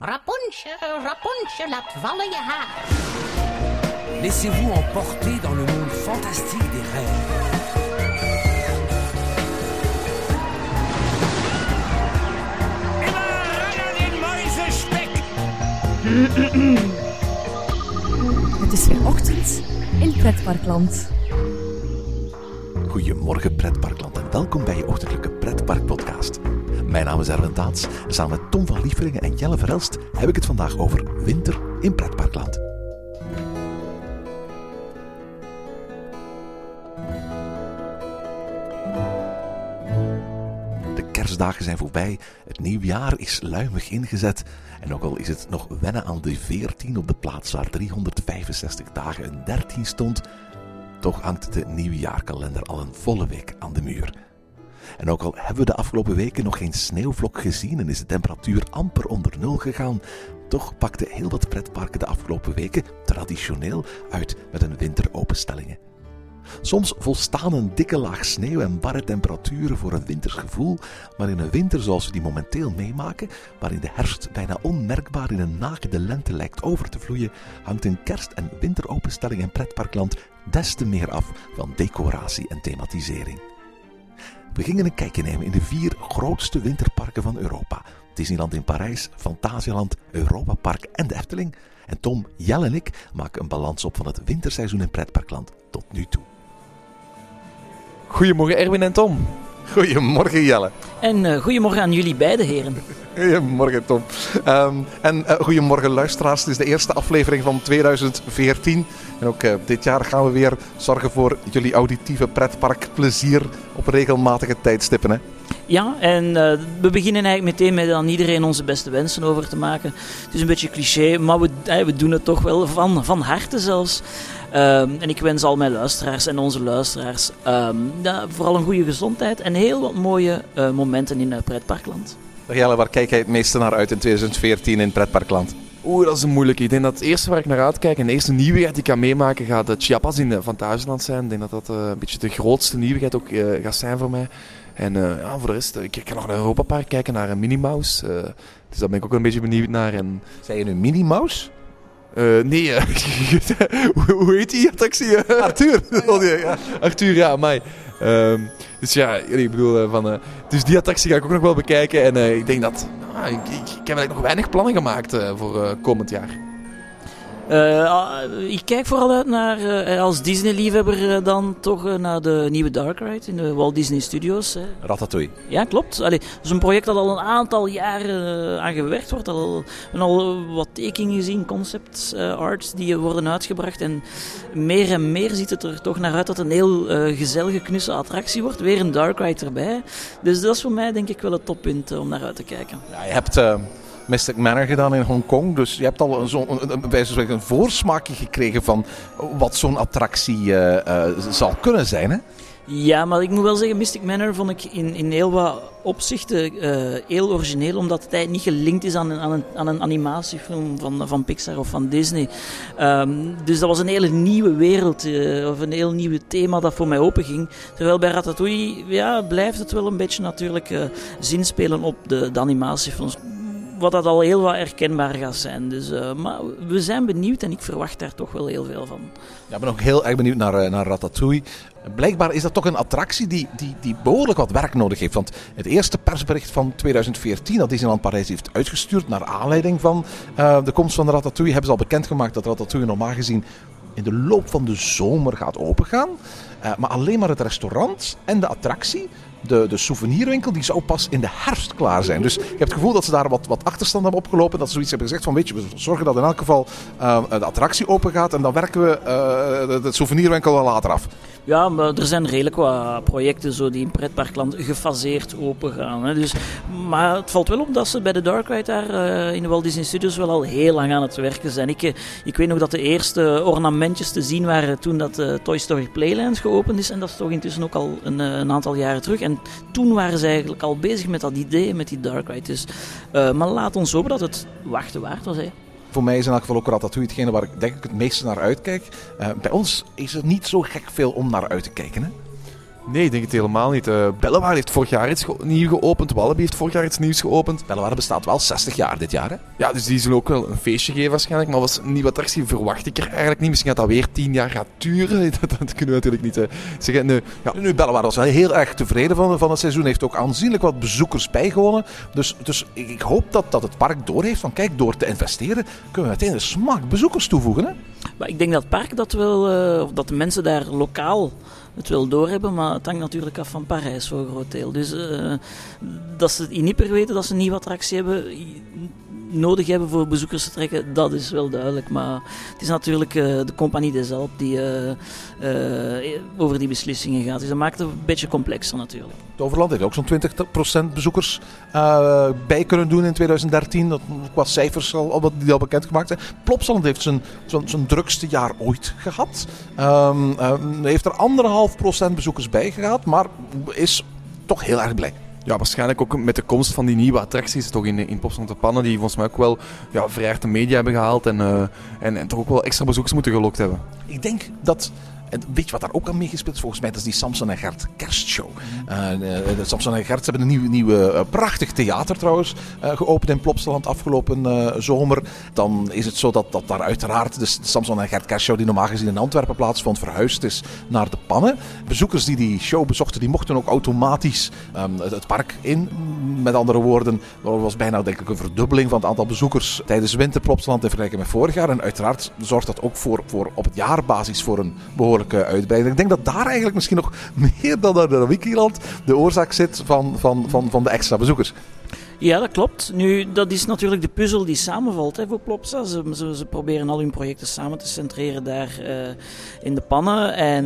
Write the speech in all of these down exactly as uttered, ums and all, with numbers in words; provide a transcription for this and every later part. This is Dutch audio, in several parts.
Rapunzel, Rapunzel, laat vallen je haar. Laissez-vous emporter dans le monde fantastique des rêves. Immer ran aan den muizenspek. Het is weer ochtend in Pretparkland. Goedemorgen Pretparkland en welkom bij je ochtendelijke Pretparkpodcast. Mijn naam is Erwin Taats en samen met Tom van Lieveringen en Jelle Verhelst heb ik het vandaag over winter in Pretparkland. De kerstdagen zijn voorbij, het nieuwjaar is luimig ingezet en ook al is het nog wennen aan de veertien op de plaats waar driehonderdvijfenzestig dagen een dertien stond, toch hangt de nieuwjaarkalender al een volle week aan de muur. En ook al hebben we de afgelopen weken nog geen sneeuwvlok gezien en is de temperatuur amper onder nul gegaan, toch pakten heel wat pretparken de afgelopen weken traditioneel uit met een winteropenstellingen. Soms volstaan een dikke laag sneeuw en barre temperaturen voor een winters gevoel, maar in een winter zoals we die momenteel meemaken, waarin de herfst bijna onmerkbaar in een nakende lente lijkt over te vloeien, hangt een kerst- en winteropenstelling in Pretparkland des te meer af van decoratie en thematisering. We gingen een kijkje nemen in de vier grootste winterparken van Europa. Disneyland in Parijs, Fantasialand, Europa Park en de Efteling. En Tom, Jelle en ik maken een balans op van het winterseizoen in Pretparkland tot nu toe. Goedemorgen Erwin en Tom. Goedemorgen Jelle. En uh, goedemorgen aan jullie beiden heren. Goedemorgen Tom. Um, en uh, goedemorgen luisteraars. Het is de eerste aflevering van tweeduizend veertien. En ook uh, dit jaar gaan we weer zorgen voor jullie auditieve pretparkplezier op regelmatige tijdstippen. Hè? Ja, en uh, we beginnen eigenlijk meteen met aan iedereen onze beste wensen over te maken. Het is een beetje cliché, maar we, uh, we doen het toch wel van, van harte zelfs. Um, en ik wens al mijn luisteraars en onze luisteraars um, ja, vooral een goede gezondheid en heel wat mooie uh, momenten in uh, Pretparkland. Jelle, waar kijk jij het meeste naar uit in tweeduizend veertien in Pretparkland? Oeh, dat is een moeilijke. Ik denk dat het eerste waar ik naar uitkijk en de eerste nieuwigheid die ik kan meemaken gaat de Chiapas in uh, Fantasialand zijn. Ik denk dat dat uh, een beetje de grootste nieuwigheid ook uh, gaat zijn voor mij. En uh, ja, voor de rest, uh, ik kan nog naar Europa Park kijken, naar een Minnie Mouse. Uh, dus daar ben ik ook een beetje benieuwd naar. En... Zei je nu Minnie Mouse? Uh, nee, uh, hoe, hoe heet die attractie? Arthur. ja. Arthur, ja, amai. Um, dus ja, ik bedoel, uh, van, uh, dus die attractie ga ik ook nog wel bekijken. En uh, ik denk dat, uh, ik, ik, ik heb eigenlijk nog weinig plannen gemaakt uh, voor uh, komend jaar. Uh, ik kijk vooral uit naar, uh, als Disney-liefhebber uh, dan toch uh, naar de nieuwe Dark Ride in de Walt Disney Studios. Hè. Ratatouille. Ja, klopt. Allee, dat is een project dat al een aantal jaren uh, aan gewerkt wordt. Al, en al wat tekeningen gezien, concept uh, arts die worden uitgebracht. En meer en meer ziet het er toch naar uit dat het een heel uh, gezellige, knusse attractie wordt. Weer een Dark Ride erbij. Dus dat is voor mij denk ik wel het toppunt uh, om naar uit te kijken. Ja, je hebt... Uh... Mystic Manor gedaan in Hongkong, dus je hebt al zo'n, bij zo'n een voorsmaakje gekregen van wat zo'n attractie uh, uh, zal kunnen zijn, hè? Ja, maar ik moet wel zeggen, Mystic Manor vond ik in, in heel wat opzichten uh, heel origineel, omdat het eigenlijk niet gelinkt is aan een, aan een, aan een animatiefilm van, van Pixar of van Disney. Um, dus dat was een hele nieuwe wereld, uh, of een heel nieuw thema dat voor mij openging. Terwijl bij Ratatouille ja, blijft het wel een beetje natuurlijk uh, zinspelen op de, de animatiefilms. Wat dat al heel wat herkenbaar gaat zijn. Dus, uh, maar we zijn benieuwd en ik verwacht daar toch wel heel veel van. Ja, ik ben ook heel erg benieuwd naar, naar Ratatouille. Blijkbaar is dat toch een attractie die, die, die behoorlijk wat werk nodig heeft. Want het eerste persbericht van tweeduizend veertien dat Disneyland Parijs heeft uitgestuurd naar aanleiding van uh, de komst van de Ratatouille, hebben ze al bekendgemaakt dat Ratatouille normaal gezien in de loop van de zomer gaat opengaan. Uh, maar alleen maar het restaurant en de attractie, de, de souvenirwinkel, die zou pas in de herfst klaar zijn. Dus ik heb het gevoel dat ze daar wat, wat achterstand hebben opgelopen. Dat ze zoiets hebben gezegd van, weet je, we zorgen dat in elk geval uh, de attractie open gaat. En dan werken we uh, de, de souvenirwinkel wel later af. Ja, maar er zijn redelijk wat projecten zo die in Pretparkland gefaseerd open gaan. Hè. Dus, maar het valt wel op dat ze bij de Dark Ride daar uh, in de Walt Disney Studios wel al heel lang aan het werken zijn. Ik, ik weet nog dat de eerste ornamentjes te zien waren toen dat uh, Toy Story Playland geopend is. En dat is toch intussen ook al een, een aantal jaren terug. En toen waren ze eigenlijk al bezig met dat idee, met die Dark Ride. Dus, uh, maar laat ons hopen dat het wachten waard was. Hè. Voor mij is in elk geval ook Ratatouille hetgene waar ik denk ik het meeste naar uitkijk. Uh, bij ons is er niet zo gek veel om naar uit te kijken, hè? Nee, ik denk het helemaal niet. Uh, Bellewaarde heeft vorig jaar iets ge- nieuw geopend. Walibi heeft vorig jaar iets nieuws geopend. Bellewaarde bestaat wel zestig jaar dit jaar, hè? Ja, dus die zullen ook wel een feestje geven waarschijnlijk. Maar was een nieuwe attractie verwacht ik er eigenlijk niet. Misschien gaat dat weer tien jaar gaan duren. Dat, dat kunnen we natuurlijk niet uh, zeggen. Nee, ja. Nu, Bellewaarde was wel heel erg tevreden van, van het seizoen. Heeft ook aanzienlijk wat bezoekers bijgewonnen. Dus, dus ik, ik hoop dat, dat het park doorheeft van kijk, door te investeren kunnen we meteen een smak bezoekers toevoegen, hè? Maar ik denk dat het park dat wel, uh, of dat de mensen daar lokaal het wel doorhebben, maar het hangt natuurlijk af van Parijs voor een groot deel. Dus uh, dat ze in Ypres weten dat ze een nieuwe attractie hebben, nodig hebben voor bezoekers te trekken, dat is wel duidelijk. Maar het is natuurlijk uh, de Compagnie des Alpes die uh, uh, over die beslissingen gaat. Dus dat maakt het een beetje complexer natuurlijk. Toverland heeft ook zo'n twintig procent bezoekers uh, bij kunnen doen in twintig dertien. Dat, qua cijfers al, die al bekendgemaakt zijn. Plopsaland heeft zijn, zijn, zijn drukste jaar ooit gehad. Um, um, heeft er anderhalf procent bezoekers bij gehad, maar is toch heel erg blij. Ja, waarschijnlijk ook met de komst van die nieuwe attracties, toch in, in Plopsaland de Pannen, die volgens mij ook wel ja, vrij hard de media hebben gehaald en, uh, en, en toch ook wel extra bezoekers moeten gelokt hebben. Ik denk dat... En weet je wat daar ook aan meegespeeld is? Volgens mij dat is die Samson en Gert kerstshow. Uh, de Samson en Gert hebben een nieuw, nieuwe, uh, prachtig theater trouwens uh, geopend in Plopsaland afgelopen uh, zomer. Dan is het zo dat, dat daar uiteraard de Samson en Gert kerstshow die normaal gezien in Antwerpen plaatsvond verhuisd is naar de Pannen. Bezoekers die die show bezochten, die mochten ook automatisch um, het, het park in. Met andere woorden, er was bijna denk ik een verdubbeling van het aantal bezoekers tijdens winter Plopsaland in vergelijking met vorig jaar. En uiteraard zorgt dat ook voor, voor op het jaarbasis voor een behoorlijk uitbreiding. Ik denk dat daar eigenlijk misschien nog meer dan naar de Wikiland de oorzaak zit van, van, van, van de extra bezoekers. Ja, dat klopt. Nu, dat is natuurlijk de puzzel die samenvalt hè, voor Plopsa. Ze, ze, ze proberen al hun projecten samen te centreren daar uh, in de pannen. En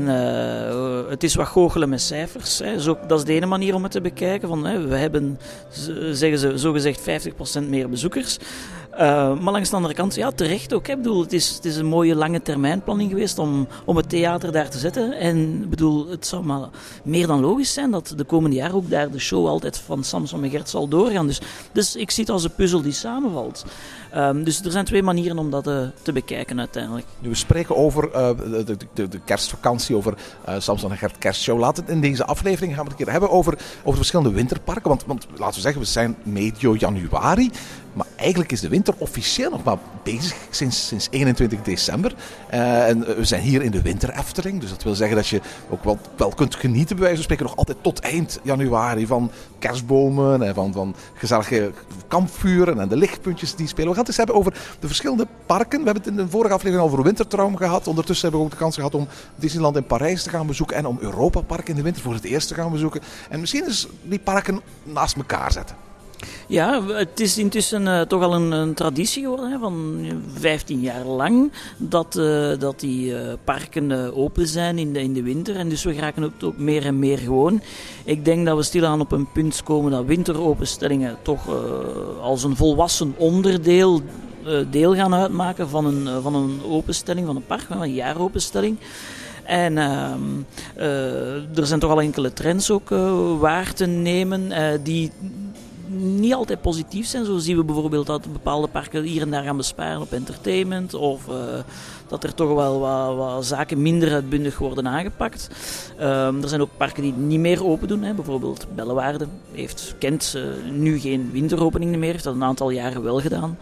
uh, het is wat goochelen met cijfers. Hè. Zo, dat is de ene manier om het te bekijken. Van, hè, we hebben, zeggen ze, zogezegd vijftig procent meer bezoekers. Uh, maar langs de andere kant, ja, terecht ook. Ik bedoel, het is, het is een mooie lange termijnplanning geweest om, om het theater daar te zetten. En bedoel, het zou maar meer dan logisch zijn dat de komende jaren ook daar de show altijd van Samson en Gert zal doorgaan. Dus, dus ik zie het als een puzzel die samenvalt. Um, dus er zijn twee manieren om dat uh, te bekijken uiteindelijk. Nu we spreken over uh, de, de, de, de kerstvakantie, over uh, Samson en Gert kerstshow. Laten we het in deze aflevering gaan we het een keer hebben over, over verschillende winterparken. Want, want laten we zeggen, we zijn medio januari. Maar eigenlijk is de winter officieel nog maar bezig sinds, sinds eenentwintig december. Uh, en we zijn hier in de winter Efteling. Dus dat wil zeggen dat je ook wel, wel kunt genieten, bij wijze van spreken, nog altijd tot eind januari van kerstbomen en van, van gezellige kampvuren en de lichtpuntjes die spelen. We gaan het eens hebben over de verschillende parken. We hebben het in de vorige aflevering over Wintertraum gehad. Ondertussen hebben we ook de kans gehad om Disneyland in Parijs te gaan bezoeken en om Europa Park in de winter voor het eerst te gaan bezoeken. En misschien eens die parken naast elkaar zetten. Ja, het is intussen uh, toch al een, een traditie geworden, hè, van vijftien jaar lang, dat, uh, dat die uh, parken uh, open zijn in de, in de winter. En dus we geraken ook, ook meer en meer gewoon. Ik denk dat we stilaan op een punt komen dat winteropenstellingen toch uh, als een volwassen onderdeel uh, deel gaan uitmaken van een, uh, van een openstelling, van een park, van een jaaropenstelling. En uh, uh, er zijn toch al enkele trends ook uh, waar te nemen uh, die niet altijd positief zijn. Zo zien we bijvoorbeeld dat bepaalde parken hier en daar gaan besparen op entertainment. Of uh, dat er toch wel wat, wat zaken minder uitbundig worden aangepakt. Um, er zijn ook parken die niet meer open doen. Hè. Bijvoorbeeld Bellewaarde heeft, kent uh, nu geen winteropening meer. Heeft dat een aantal jaren wel gedaan.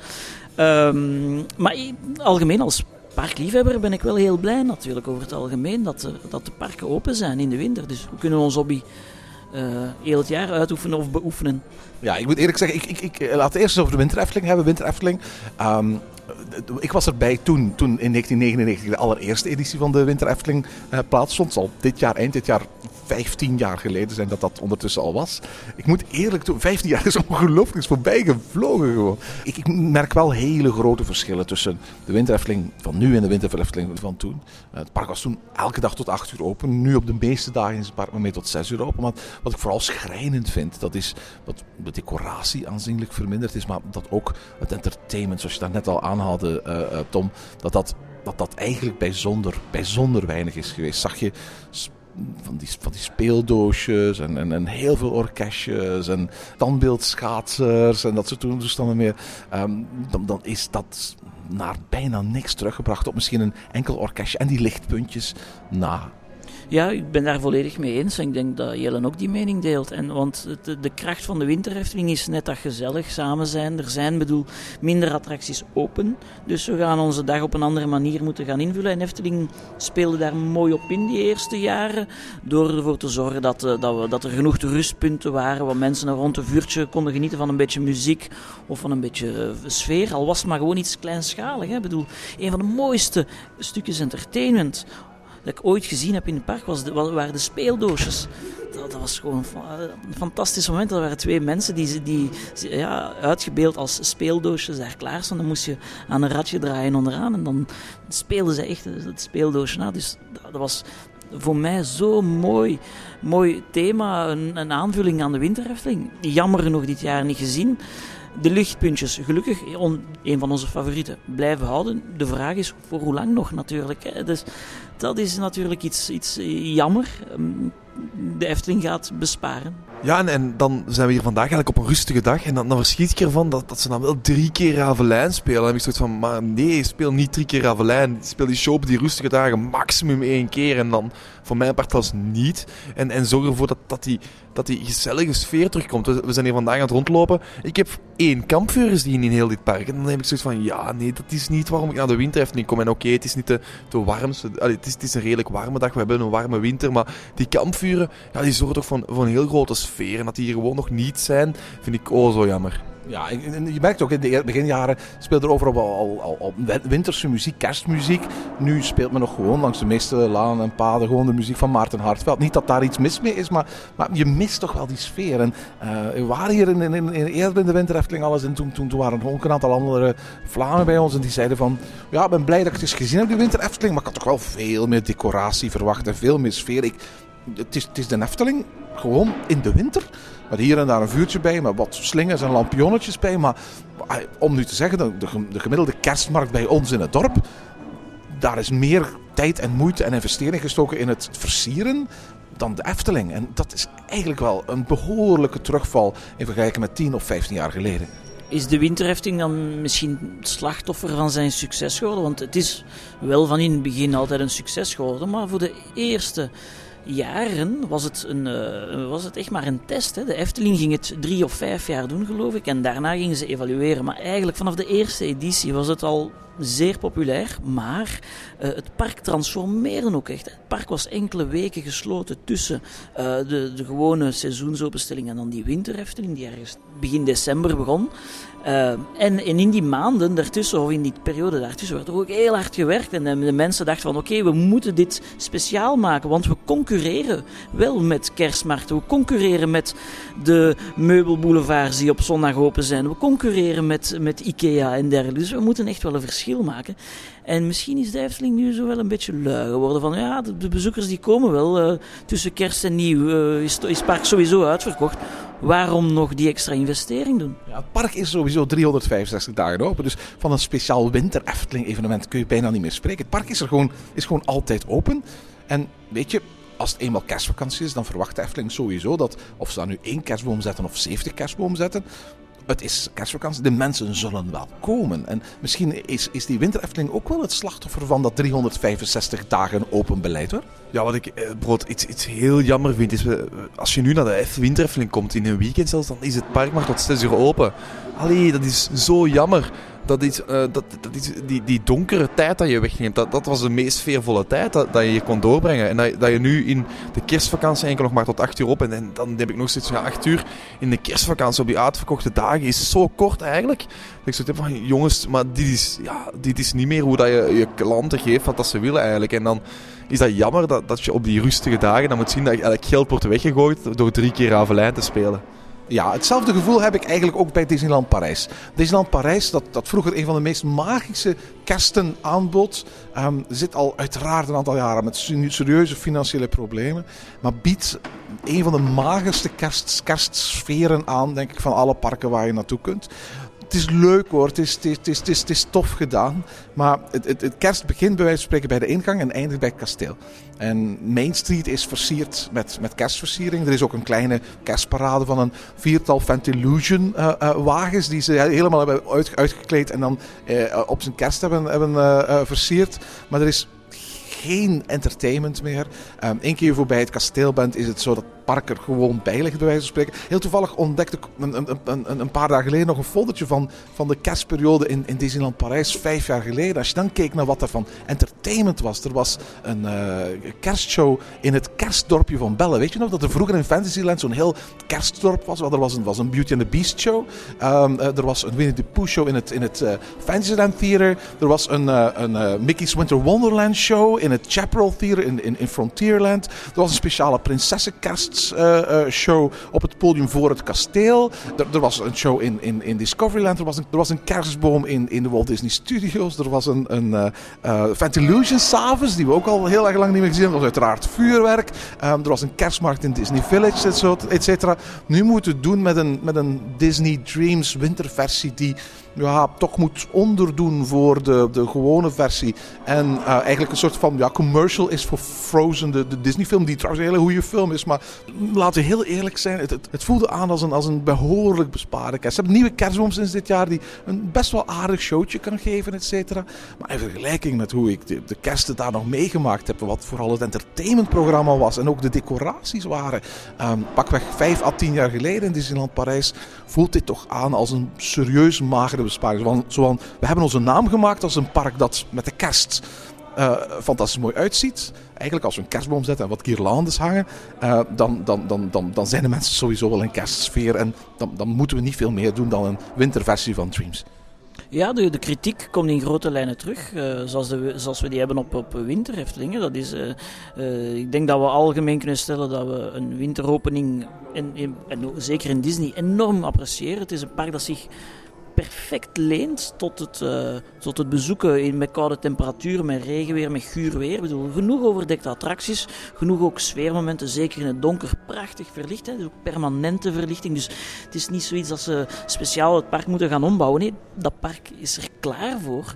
Um, maar algemeen als parkliefhebber ben ik wel heel blij natuurlijk over het algemeen dat, uh, dat de parken open zijn in de winter. Dus we kunnen ons hobby Uh, heel het jaar uitoefenen of beoefenen. Ja, ik moet eerlijk zeggen, ik, ik, ik laat het eerst over de Winter Efteling hebben. Winter Efteling. Um, ik was erbij toen, toen in negentien negenennegentig de allereerste editie van de Winter Efteling uh, plaatsvond. Zal dit jaar, eind dit jaar, vijftien jaar geleden zijn dat dat ondertussen al was. Ik moet eerlijk toe, vijftien jaar is ongelooflijk, is voorbij gevlogen gewoon. Ik, ik merk wel hele grote verschillen tussen de Winter Efteling van nu en de Winter Efteling van toen. Uh, het park was toen elke dag tot acht uur open. Nu op de meeste dagen is het park maar mee tot zes uur open. Maar wat ik vooral schrijnend vind, dat is dat de decoratie aanzienlijk verminderd is, maar dat ook het entertainment, zoals je daar net al aanhaalde, uh, uh, Tom, dat dat, dat dat eigenlijk bijzonder, bijzonder weinig is geweest. Zag je van die, van die speeldoosjes en, en, en heel veel orkestjes en standbeeldschaatsers en dat soort toestanden meer. Um, dan, dan is dat naar bijna niks teruggebracht op misschien een enkel orkestje en die lichtpuntjes na Ja, ik ben daar volledig mee eens. En ik denk dat Jellen ook die mening deelt. En, want de, de kracht van de Winter Efteling is net dat gezellig samen zijn. Er zijn, bedoel, minder attracties open. Dus we gaan onze dag op een andere manier moeten gaan invullen. En Efteling speelde daar mooi op in die eerste jaren. Door ervoor te zorgen dat, dat, we, dat er genoeg rustpunten waren. Waar mensen rond een vuurtje konden genieten van een beetje muziek. Of van een beetje sfeer. Al was het maar gewoon iets kleinschalig. Hè. Ik bedoel, een van de mooiste stukjes entertainment dat ik ooit gezien heb in het park, was de, waren de speeldoosjes. Dat, dat was gewoon een fantastisch moment. Er waren twee mensen die, die ja, uitgebeeld als speeldoosjes daar klaar stonden. Dan moest je aan een ratje draaien onderaan en dan speelden ze echt het speeldoosje na. Dus dat, dat was voor mij zo'n mooi, mooi thema, een, een aanvulling aan de Winter Efteling. Jammer genoeg dit jaar niet gezien. De lichtpuntjes, gelukkig, on, een van onze favorieten, blijven houden. De vraag is, voor hoe lang nog natuurlijk. Hè? Dus dat is natuurlijk iets, iets jammer. De Efteling gaat besparen. Ja, en, en dan zijn we hier vandaag eigenlijk op een rustige dag. En dan, dan verschiet ik ervan dat, dat ze dan wel drie keer Ravelijn spelen. Dan heb ik zoiets van, maar nee, speel niet drie keer Ravelijn. Speel die show op die rustige dagen maximum één keer. En dan voor mijn part zelfs niet. En, en zorg ervoor dat, dat, die, dat die gezellige sfeer terugkomt. We, we zijn hier vandaag aan het rondlopen. Ik heb één kampvuur gezien in heel dit park. En dan heb ik zoiets van, ja, nee, dat is niet waarom ik naar de Winter Efteling kom. En oké, okay, het is niet de, de warmste. Allee, het, is, het is een redelijk warme dag. We hebben een warme winter. Maar die kampvuren, ja, die zorgen toch voor, voor een heel grote sfeer. En dat die hier gewoon nog niet zijn, vind ik oh zo jammer. Ja, en je merkt ook in de beginjaren speelde er overal al, al, al winterse muziek, kerstmuziek. Nu speelt men nog gewoon langs de meeste lanen en paden gewoon de muziek van Maarten Hartveld. Niet dat daar iets mis mee is, maar, maar je mist toch wel die sfeer. En uh, we waren hier in, in, in, in, eerder in de Winter Efteling alles en toen, toen, toen waren er ook een aantal andere Vlamingen bij ons en die zeiden van, ja, ik ben blij dat ik het eens gezien heb, die Winter Efteling, maar ik had toch wel veel meer decoratie verwacht en veel meer sfeer. Ik, het, is, het is de Efteling, gewoon in de winter. Met hier en daar een vuurtje bij, met wat slingers en lampionnetjes bij. Maar om nu te zeggen, de, de gemiddelde kerstmarkt bij ons in het dorp, daar is meer tijd en moeite en investering gestoken in het versieren dan de Efteling. En dat is eigenlijk wel een behoorlijke terugval in vergelijking met tien of vijftien jaar geleden. Is de Winter Efteling dan misschien slachtoffer van zijn succes geworden? Want het is wel van in het begin altijd een succes geworden, maar voor de eerste jaren was het, een, uh, was het echt maar een test. Hè. De Efteling ging het drie of vijf jaar doen, geloof ik. En daarna gingen ze evalueren. Maar eigenlijk vanaf de eerste editie was het al zeer populair. Maar uh, het park transformeerde ook echt. Het park was enkele weken gesloten tussen uh, de, de gewone seizoensopenstelling en dan die Winter Efteling, die ergens begin december begon. Uh, en, en in die maanden daartussen, of in die periode daartussen, werd er ook heel hard gewerkt. En de mensen dachten van, oké, okay, we moeten dit speciaal maken, want we concurreren wel met kerstmarkten. We concurreren met de meubelboulevards die op zondag open zijn. We concurreren met, met IKEA en dergelijke. Dus we moeten echt wel een verschil maken. En misschien is de Efteling nu zo wel een beetje lui geworden. Van ja, de, de bezoekers die komen wel. Uh, tussen kerst en nieuw uh, is het park sowieso uitverkocht. Waarom nog die extra investering doen? Ja, het park is sowieso driehonderdvijfenzestig dagen open. Dus van een speciaal Winter Efteling evenement kun je bijna niet meer spreken. Het park is er gewoon, is gewoon altijd open. En weet je, als het eenmaal kerstvakantie is, dan verwacht de Efteling sowieso dat, of ze daar nu één kerstboom zetten of zeventig kerstboom zetten, het is kerstvakantie, de mensen zullen wel komen. En misschien is, is die Winter Efteling ook wel het slachtoffer van dat driehonderdvijfenzestig dagen open beleid, hoor. Ja, wat ik eh, brood, iets, iets heel jammer vind, is we, als je nu naar de Winter Efteling komt in een weekend zelfs, dan is het park maar tot zes uur open. Allee, dat is zo jammer. Dat is, uh, dat, dat is die, die donkere tijd dat je wegneemt, dat, dat was de meest sfeervolle tijd dat, dat je hier kon doorbrengen. En dat, dat je nu in de kerstvakantie enkel nog maar tot acht uur op. En, en dan heb ik nog steeds, ja, acht uur in de kerstvakantie op die uitverkochte dagen is zo kort eigenlijk. Dat ik zo heb van, jongens, maar dit is, ja, dit is niet meer hoe dat je je klanten geeft wat dat ze willen eigenlijk. En dan is dat jammer dat, dat je op die rustige dagen dan moet zien dat je eigenlijk geld wordt weggegooid door drie keer Ravelijn te spelen. Ja, hetzelfde gevoel heb ik eigenlijk ook bij Disneyland Parijs. Disneyland Parijs, dat, dat vroeger een van de meest magische kersten aanbood, um, zit al uiteraard een aantal jaren met serieuze financiële problemen, maar biedt een van de magischste kerst, kerstsferen aan, denk ik, van alle parken waar je naartoe kunt. Het is leuk hoor, het is, het is, het is, het is, het is tof gedaan. Maar het, het, het kerst begint bij wijze van spreken bij de ingang en eindigt bij het kasteel. En Main Street is versierd met, met kerstversiering. Er is ook een kleine kerstparade van een viertal Fantillusion uh, uh, wagens die ze helemaal hebben uit, uitgekleed en dan uh, op zijn kerst hebben, hebben uh, uh, versierd. Maar er is geen entertainment meer. Um, Eén keer je voorbij het kasteel bent, is het zo dat het park er gewoon bij ligt, bij wijze van spreken. Heel toevallig ontdekte ik een, een, een, een paar dagen geleden nog een foldertje van, van de kerstperiode in, in Disneyland Parijs, vijf jaar geleden. Als je dan keek naar wat er van entertainment was. Er was een uh, kerstshow in het kerstdorpje van Belle. Weet je nog dat er vroeger in Fantasyland zo'n heel kerstdorp was? Er was een, was een Beauty and the Beast show. Um, uh, er was een Winnie the Pooh show in het, in het uh, Fantasyland Theater. Er was een, uh, een uh, Mickey's Winter Wonderland show in het Chaparral Theater in, in, in Frontierland. Er was een speciale prinsessenkerstshow uh, uh, op het podium voor het kasteel. Er, er was een show in, in, in Discoveryland. Er was een, er was een kerstboom in, in de Walt Disney Studios. Er was een, een uh, uh, Fantalusion s'avonds, die we ook al heel erg lang niet meer gezien hebben. Er was uiteraard vuurwerk. Um, er was een kerstmarkt in Disney Village, et cetera. Nu moeten we het doen met een, met een Disney Dreams winterversie die ja, toch moet onderdoen voor de, de gewone versie. En uh, eigenlijk een soort van ja, commercial is voor Frozen, de, de Disney film, die trouwens een hele goede film is. Maar laten we heel eerlijk zijn, het, het, het voelde aan als een, als een behoorlijk bespaarde kerst. Ze hebben een nieuwe kerstboom sinds dit jaar die een best wel aardig showtje kan geven, et cetera. Maar in vergelijking met hoe ik de, de kersten daar nog meegemaakt heb, wat vooral het entertainmentprogramma was en ook de decoraties waren, um, pakweg vijf à tien jaar geleden in Disneyland Parijs, voelt dit toch aan als een serieus magere besparing. Zo, zo, we hebben onze naam gemaakt als een park dat met de kerst uh, fantastisch mooi uitziet. Eigenlijk als we een kerstboom zetten en wat guirlandes hangen, uh, dan, dan, dan, dan, dan zijn de mensen sowieso wel in kerstsfeer. En dan, dan moeten we niet veel meer doen dan een winterversie van Dreams. Ja, de, de kritiek komt in grote lijnen terug, uh, zoals, de, zoals we die hebben op, op Winter Eftelingen. Dat is, uh, uh, ik denk dat we algemeen kunnen stellen dat we een winteropening, en, en, en zeker in Disney, enorm appreciëren. Het is een park dat zich perfect leent tot het, uh, tot het bezoeken in, met koude temperaturen, met regenweer, met guur weer. Ik bedoel, genoeg overdekte attracties, genoeg ook sfeermomenten, zeker in het donker, prachtig verlicht. Hè. Dus ook permanente verlichting. Dus het is niet zoiets dat ze speciaal het park moeten gaan ombouwen. Nee, dat park is er klaar voor.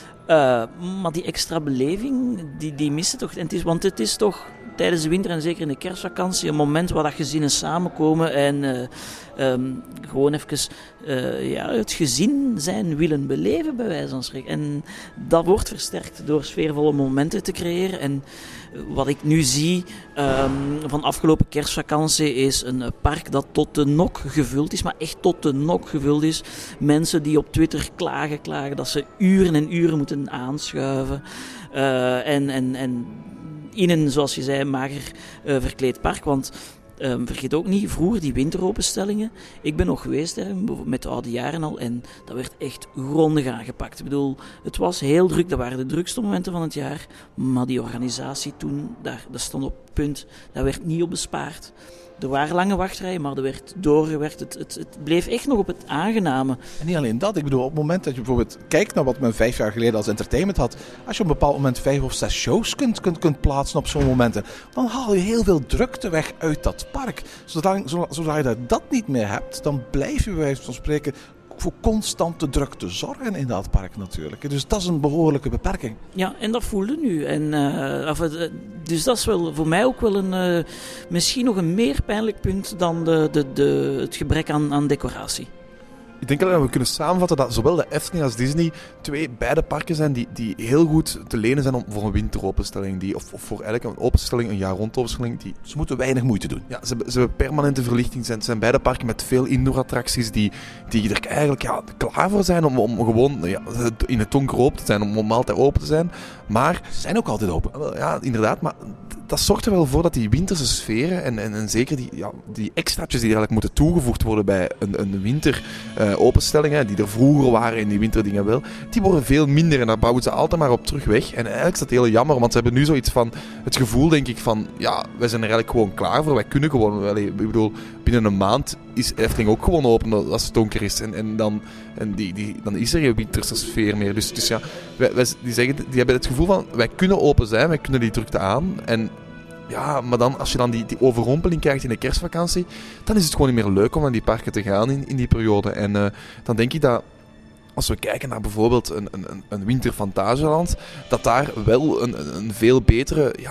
Uh, maar die extra beleving, die, die missen toch. En het is, want het is toch tijdens de winter en zeker in de kerstvakantie een moment waar dat gezinnen samenkomen en uh, um, gewoon even uh, ja, het gezin zijn willen beleven, bij wijze van spreken. En dat wordt versterkt door sfeervolle momenten te creëren. En wat ik nu zie um, van afgelopen kerstvakantie is een park dat tot de nok gevuld is, maar echt tot de nok gevuld is. Mensen die op Twitter klagen, klagen dat ze uren en uren moeten aanschuiven. Uh, en, en, en in een, zoals je zei, mager uh, verkleed park. Want um, vergeet ook niet, vroeger die winteropenstellingen. Ik ben nog geweest hè, met de oude jaren al en dat werd echt grondig aangepakt. Ik bedoel, het was heel druk, dat waren de drukste momenten van het jaar. Maar die organisatie toen, daar, dat stond op punt, daar werd niet op bespaard. Er waren lange wachtrijen, maar er werd doorgewerkt. Het, het, het bleef echt nog op het aangename. En niet alleen dat. Ik bedoel, op het moment dat je bijvoorbeeld kijkt naar wat men vijf jaar geleden als entertainment had. Als je op een bepaald moment vijf of zes shows kunt, kunt, kunt plaatsen op zo'n momenten. Dan haal je heel veel drukte weg uit dat park. Zodat, zodra je dat niet meer hebt, dan blijf je bij wijze van spreken voor constante drukte zorgen in dat park natuurlijk. Dus dat is een behoorlijke beperking. Ja, en dat voelde nu. En, uh, of, uh, dus dat is wel voor mij ook wel een, uh, misschien nog een meer pijnlijk punt dan de, de, de, het gebrek aan, aan decoratie. Ik denk dat we kunnen samenvatten dat zowel de Efteling als Disney twee beide parken zijn die, die heel goed te lenen zijn om, voor een winteropenstelling. Die, of, of voor eigenlijk een openstelling, een jaar rond openstelling. Die, ze moeten weinig moeite doen. Ja, ze hebben, ze hebben permanente verlichting. Het zijn beide parken met veel indoor-attracties die, die er eigenlijk ja, klaar voor zijn om, om gewoon ja, in het donker open te zijn, om, om altijd open te zijn. Maar ze zijn ook altijd open. Ja, inderdaad, maar dat zorgt er wel voor dat die winterse sferen en, en, en zeker die, ja, die extraatjes die eigenlijk moeten toegevoegd worden bij een, een winter uh, openstelling, hè, die er vroeger waren in die winterdingen wel, die worden veel minder en daar bouwen ze altijd maar op terug weg. En eigenlijk is dat heel jammer, want ze hebben nu zoiets van het gevoel, denk ik, van ja, wij zijn er eigenlijk gewoon klaar voor. Wij kunnen gewoon, allee, ik bedoel, binnen een maand is Efteling ook gewoon open als het donker is. En, en, dan, en die, die, dan is er geen winterse sfeer meer. Dus, dus ja, wij, wij, die, zeggen, die hebben het gevoel van wij kunnen open zijn, wij kunnen die drukte aan. En ja, maar dan, als je dan die, die overrompeling krijgt in de kerstvakantie, dan is het gewoon niet meer leuk om naar die parken te gaan in, in die periode. En uh, dan denk ik dat als we kijken naar bijvoorbeeld een, een, een Winter Fantasieland, dat daar wel een, een veel betere ja,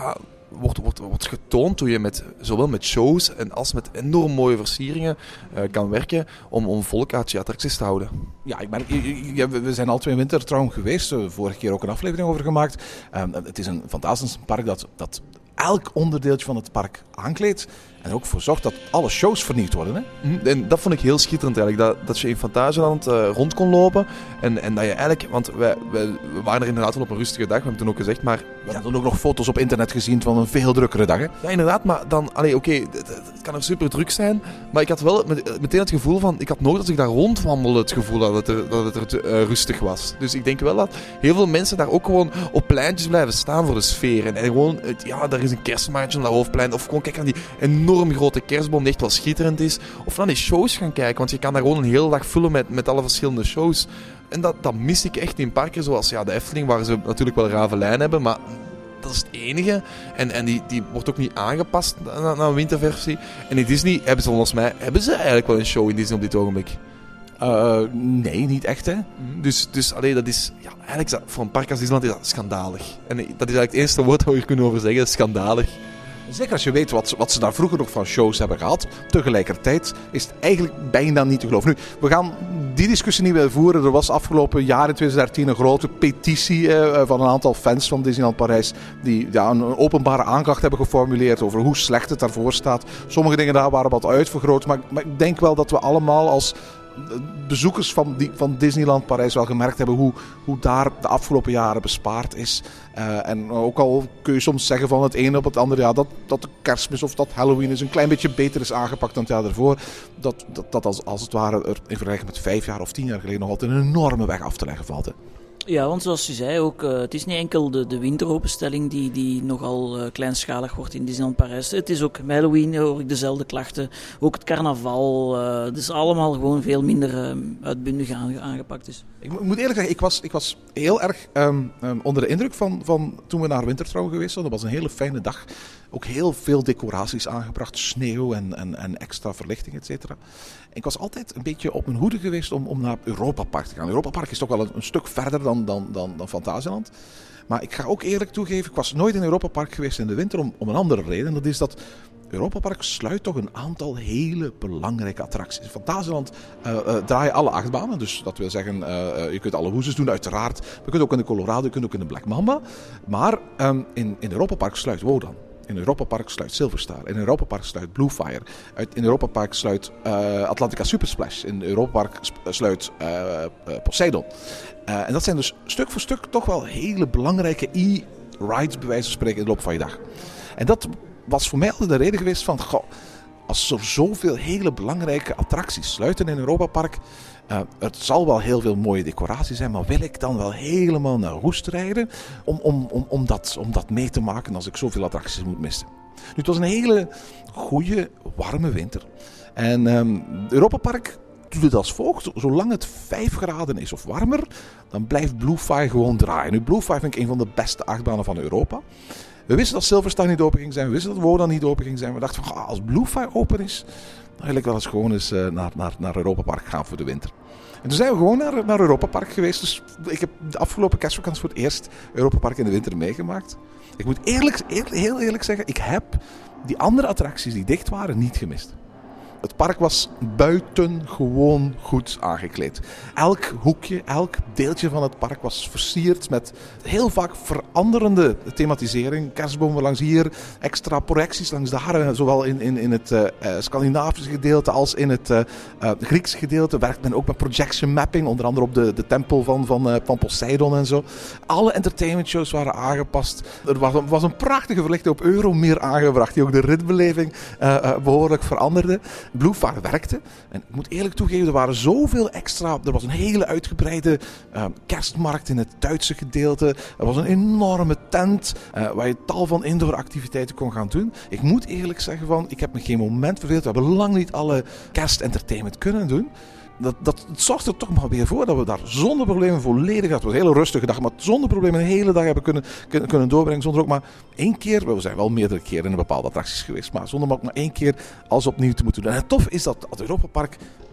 wordt, wordt, wordt getoond hoe je met, zowel met shows en als met enorm mooie versieringen uh, kan werken om, om volk uit je attracties te houden. Ja, ik ben, ja, we zijn al twee Wintertraum geweest, uh, vorige keer ook een aflevering over gemaakt. Um, het is een fantastisch park dat, dat elk onderdeeltje van het park aankleedt. En er ook voor zorgt dat alle shows vernieuwd worden. Hè? Mm, en dat vond ik heel schitterend eigenlijk. Dat, dat je in Fantasieland uh, rond kon lopen. En, en dat je eigenlijk... Want wij, wij, we waren er inderdaad wel op een rustige dag. We hebben toen ook gezegd, maar... We hebben ook nog foto's op internet gezien van een veel drukkere dag. Hè? Ja, inderdaad. Maar dan... Oké, okay, het, het kan er super druk zijn. Maar ik had wel met, meteen het gevoel van... Ik had nooit als ik daar rondwandelde het gevoel dat het er, dat het er uh, rustig was. Dus ik denk wel dat heel veel mensen daar ook gewoon op pleintjes blijven staan voor de sfeer. En, en gewoon... Het, ja, daar is een kerstmaatje op dat hoofdplein. Of gewoon kijk aan die enorm enorm grote kerstboom die echt wel schitterend is. Of naar die shows gaan kijken, want je kan daar gewoon een hele dag vullen met, met alle verschillende shows. En dat, dat mis ik echt in parken zoals ja, de Efteling, waar ze natuurlijk wel Ravelijn hebben, maar dat is het enige. En, en die, die wordt ook niet aangepast naar, naar een winterversie. En in Disney hebben ze volgens mij hebben ze eigenlijk wel een show in Disney op dit ogenblik. Uh, nee, niet echt, hè. Dus, dus allee, dat is... Ja, eigenlijk is dat, voor een park als Disneyland is dat schandalig. En dat is eigenlijk het eerste woord waar we kunnen over zeggen. Schandalig. Zeker als je weet wat, wat ze daar vroeger nog van shows hebben gehad. Tegelijkertijd is het eigenlijk bijna niet te geloven. Nu, we gaan die discussie niet meer voeren. Er was afgelopen jaar in twintig dertien een grote petitie eh, van een aantal fans van Disneyland Parijs. Die ja, een, een openbare aanklacht hebben geformuleerd over hoe slecht het daarvoor staat. Sommige dingen daar waren wat uitvergroot. Maar, maar ik denk wel dat we allemaal als bezoekers van, die, van Disneyland Parijs wel gemerkt hebben hoe, hoe daar de afgelopen jaren bespaard is. Uh, en ook al kun je soms zeggen van het ene op het andere, ja, dat, dat de Kerstmis of dat Halloween is een klein beetje beter is aangepakt dan het jaar ervoor. Dat, dat, dat als, als het ware er in vergelijking met vijf jaar of tien jaar geleden nog altijd een enorme weg af te leggen valt. Hè. Ja, want zoals u zei ook, uh, het is niet enkel de, de winteropenstelling die, die nogal uh, kleinschalig wordt in Disneyland Parijs. Het is ook bij Halloween hoor ik dezelfde klachten. Ook het carnaval. Uh, het is allemaal gewoon veel minder uh, uitbundig aange- aangepakt is. Ik moet eerlijk zeggen, ik was, ik was heel erg um, um, onder de indruk van, van toen we naar Wintertraum geweest zijn. Dat was een hele fijne dag. Ook heel veel decoraties aangebracht, sneeuw en, en, en extra verlichting, et cetera. Ik was altijd een beetje op mijn hoede geweest om, om naar Europa Park te gaan. Europa Park is toch wel een, een stuk verder dan, dan, dan, dan Fantasieland. Maar ik ga ook eerlijk toegeven, ik was nooit in Europa Park geweest in de winter om, om een andere reden. En dat is dat Europa Park sluit toch een aantal hele belangrijke attracties. In Fantasieland uh, uh, draaien alle achtbanen. Dus dat wil zeggen, uh, je kunt alle hoezes doen uiteraard. Je kunt ook in de Colorado, je kunt ook in de Black Mamba. Maar um, in, in Europa Park sluit Wodan. In Europa Park sluit Silverstar. In Europa Park sluit Bluefire. In Europa Park sluit uh, Atlantica Supersplash. In Europa Park sluit uh, uh, Poseidon. Uh, en dat zijn dus stuk voor stuk toch wel hele belangrijke e-rides, bij wijze van spreken, in de loop van je dag. En dat was voor mij altijd de reden geweest van, goh, als er zoveel hele belangrijke attracties sluiten in Europa Park, uh, het zal wel heel veel mooie decoratie zijn, maar wil ik dan wel helemaal naar Roest rijden om, om, om, om, dat, om dat mee te maken als ik zoveel attracties moet missen? Nu, het was een hele goede, warme winter. En um, Europa Park doet het als volgt. Zolang het vijf graden is of warmer, dan blijft Bluefire gewoon draaien. Nu, Bluefire vind ik een van de beste achtbanen van Europa. We wisten dat Silverstar niet open ging zijn. We wisten dat Wodan niet open ging zijn. We dachten van, als Bluefire open is, dan wil ik wel eens gewoon eens uh, naar, naar, naar Europa Park gaan voor de winter. En toen zijn we gewoon naar, naar Europa Park geweest. Dus ik heb de afgelopen kerstvakantie voor het eerst Europa Park in de winter meegemaakt. Ik moet eerlijk, eerlijk, heel eerlijk zeggen, ik heb die andere attracties die dicht waren niet gemist. Het park was buitengewoon goed aangekleed. Elk hoekje, elk deeltje van het park was versierd met heel vaak veranderende thematisering. Kerstbomen langs hier, extra projecties langs daar. Zowel in, in, in het uh, Scandinavische gedeelte als in het uh, uh, Griekse gedeelte. Werkt men ook met projection mapping, onder andere op de, de tempel van, van, uh, van Poseidon en zo. Alle entertainment shows waren aangepast. Er was, was een prachtige verlichting op Euromeer aangebracht, die ook de ritbeleving uh, uh, behoorlijk veranderde. Bluefire werkte. En ik moet eerlijk toegeven, er waren zoveel extra. Er was een hele uitgebreide uh, kerstmarkt in het Duitse gedeelte. Er was een enorme tent uh, waar je tal van indoor activiteiten kon gaan doen. Ik moet eerlijk zeggen van, ik heb me geen moment verveeld. We hebben lang niet alle kerstentertainment kunnen doen. Dat, dat het zorgt er toch maar weer voor dat we daar zonder problemen volledig, dat was een hele rustige dag, maar zonder problemen een hele dag hebben kunnen, kunnen, kunnen doorbrengen. Zonder ook maar één keer, we zijn wel meerdere keren in bepaalde attracties geweest, maar zonder ook maar één keer alles opnieuw te moeten doen. En het tof is dat het Europa Park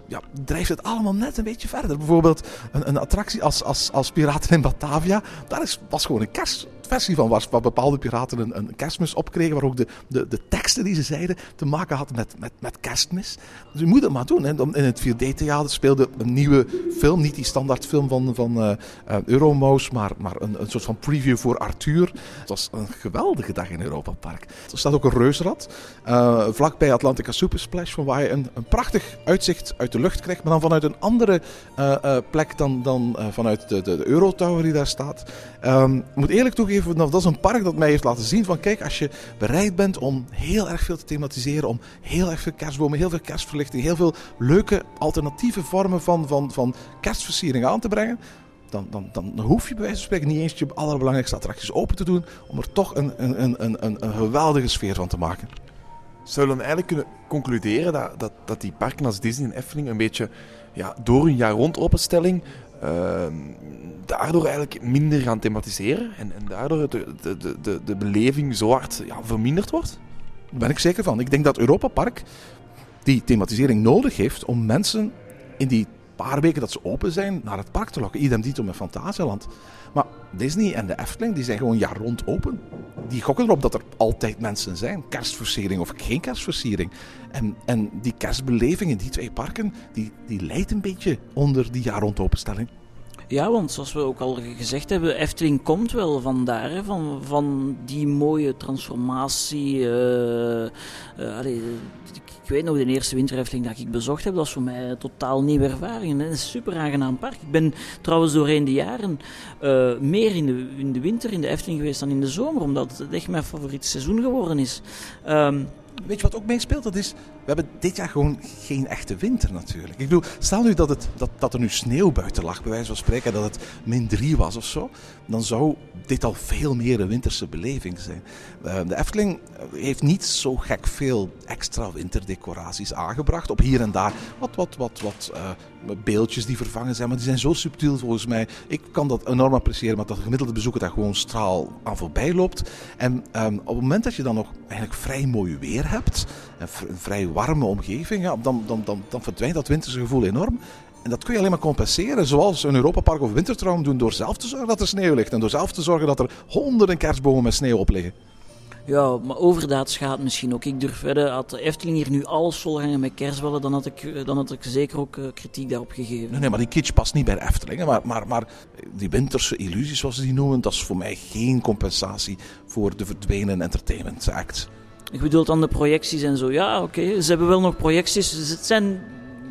ja, drijft het allemaal net een beetje verder. Bijvoorbeeld een, een attractie als, als, als Piraten in Batavia. Daar is, was gewoon een kerstversie van, waar, waar bepaalde piraten een, een kerstmis opkregen, waar ook de, de, de teksten die ze zeiden te maken hadden met, met, met kerstmis. Dus je moet het maar doen. Hè. In het vier D-theater speelde een nieuwe film, niet die standaardfilm van, van uh, uh, Euromouse, maar, maar een, een soort van preview voor Arthur. Het was een geweldige dag in Europa Park. Er staat ook een reusrad, uh, vlakbij Atlantica Super Splash, van waar je een, een prachtig uitzicht uit de lucht krijgt, maar dan vanuit een andere uh, uh, plek dan, dan uh, vanuit de, de, de Eurotower die daar staat. Um, ik moet eerlijk toegeven, dat is een park dat mij heeft laten zien van, kijk, als je bereid bent om heel erg veel te thematiseren, om heel erg veel kerstbomen, heel veel kerstverlichting, heel veel leuke alternatieve vormen van, van, van kerstversiering aan te brengen, Dan, dan, dan hoef je bij wijze van spreken niet eens je allerbelangrijkste attracties open te doen om er toch een, een, een, een, een geweldige sfeer van te maken. Zouden we dan eigenlijk kunnen concluderen dat, dat, dat die parken als Disney en Efteling een beetje ja, door hun jaar rond openstelling uh, daardoor eigenlijk minder gaan thematiseren en, en daardoor de, de, de, de beleving zo hard ja, verminderd wordt? Daar ben ik zeker van. Ik denk dat Europa Park die thematisering nodig heeft om mensen in die paar weken dat ze open zijn naar het park te lokken. Idem dito met Fantasieland. Maar Disney en de Efteling die zijn gewoon jaar rond open. Die gokken erop dat er altijd mensen zijn. Kerstversiering of geen kerstversiering. En, en die kerstbeleving in die twee parken, die, die leidt een beetje onder die jaar rond openstelling. Ja, want zoals we ook al gezegd hebben, Efteling komt wel vandaar, hè, van, van die mooie transformatie. Uh, uh, allee, ik weet nog, de eerste winter Efteling dat ik bezocht heb, dat was voor mij een totaal nieuwe ervaring. Een super aangenaam park. Ik ben trouwens doorheen de jaren uh, meer in de, in de winter in de Efteling geweest dan in de zomer, omdat het echt mijn favoriete seizoen geworden is. Um, Weet je wat ook meespeelt? Dat is, we hebben dit jaar gewoon geen echte winter natuurlijk. Ik bedoel, stel nu dat, het, dat, dat er nu sneeuw buiten lag, bij wijze van spreken, dat het min drie was of zo, dan zou dit al veel meer een winterse beleving zijn. Uh, de Efteling heeft niet zo gek veel extra winterdecoraties aangebracht. Op hier en daar wat, wat, wat, wat uh, beeldjes die vervangen zijn, maar die zijn zo subtiel volgens mij. Ik kan dat enorm appreciëren, maar dat de gemiddelde bezoeker daar gewoon straal aan voorbij loopt. En um, op het moment dat je dan nog eigenlijk vrij mooi weer hebt, een vrij warme omgeving, ja, dan, dan, dan, dan verdwijnt dat winterse gevoel enorm. En dat kun je alleen maar compenseren, zoals een Europa Park of Wintertraum doen, door zelf te zorgen dat er sneeuw ligt. En door zelf te zorgen dat er honderden kerstbomen met sneeuw op liggen. Ja, maar overdaad schaadt misschien ook. Ik durf wedden, had de Efteling hier nu alles volhangen met kerstballen, dan had ik, dan had ik zeker ook uh, kritiek daarop gegeven. Nee, nee, maar die kitsch past niet bij de Efteling. Maar, maar, maar die winterse illusies, zoals ze die noemen, dat is voor mij geen compensatie voor de verdwenen entertainment act. Ik bedoel dan de projecties en zo. Ja, oké, okay. Ze hebben wel nog projecties. Het zijn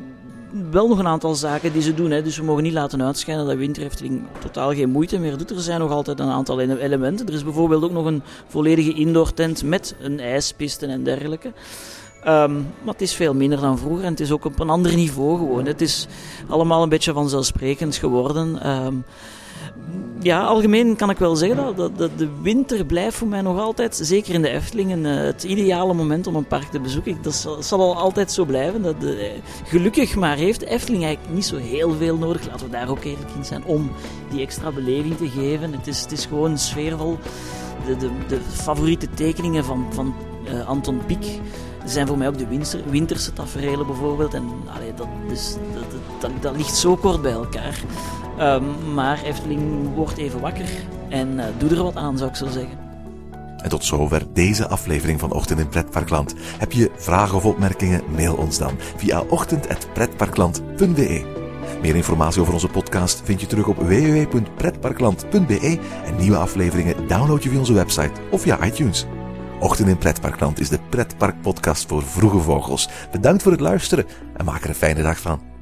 wel nog een aantal zaken die ze doen. Hè. Dus we mogen niet laten uitschijnen dat Winter Efteling totaal geen moeite meer doet. Er zijn nog altijd een aantal elementen. Er is bijvoorbeeld ook nog een volledige indoor tent met een ijspiste en dergelijke. Um, maar het is veel minder dan vroeger en het is ook op een ander niveau gewoon. Het is allemaal een beetje vanzelfsprekend geworden. Um, Ja, algemeen kan ik wel zeggen dat, dat, dat de winter blijft voor mij nog altijd, zeker in de Efteling, een, uh, het ideale moment om een park te bezoeken. Dat zal, zal al altijd zo blijven. Dat de, uh, gelukkig maar heeft de Efteling eigenlijk niet zo heel veel nodig, laten we daar ook eerlijk in zijn, om die extra beleving te geven. Het is, het is gewoon sfeervol. De, de, de favoriete tekeningen van, van uh, Anton Pieck zijn voor mij ook de winter, winterse taferelen bijvoorbeeld. En allee, dat, dus, dat, dat, dat ligt zo kort bij elkaar. Um, maar Efteling wordt even wakker en uh, doe er wat aan, zou ik zo zeggen. En tot zover deze aflevering van Ochtend in Pretparkland. Heb je vragen of opmerkingen? Mail ons dan via ochtend apenstaartje pretparkland punt b e. Meer informatie over onze podcast vind je terug op w w w punt pretparkland punt b e en nieuwe afleveringen download je via onze website of via iTunes. Ochtend in Pretparkland is de pretparkpodcast voor vroege vogels. Bedankt voor het luisteren en maak er een fijne dag van.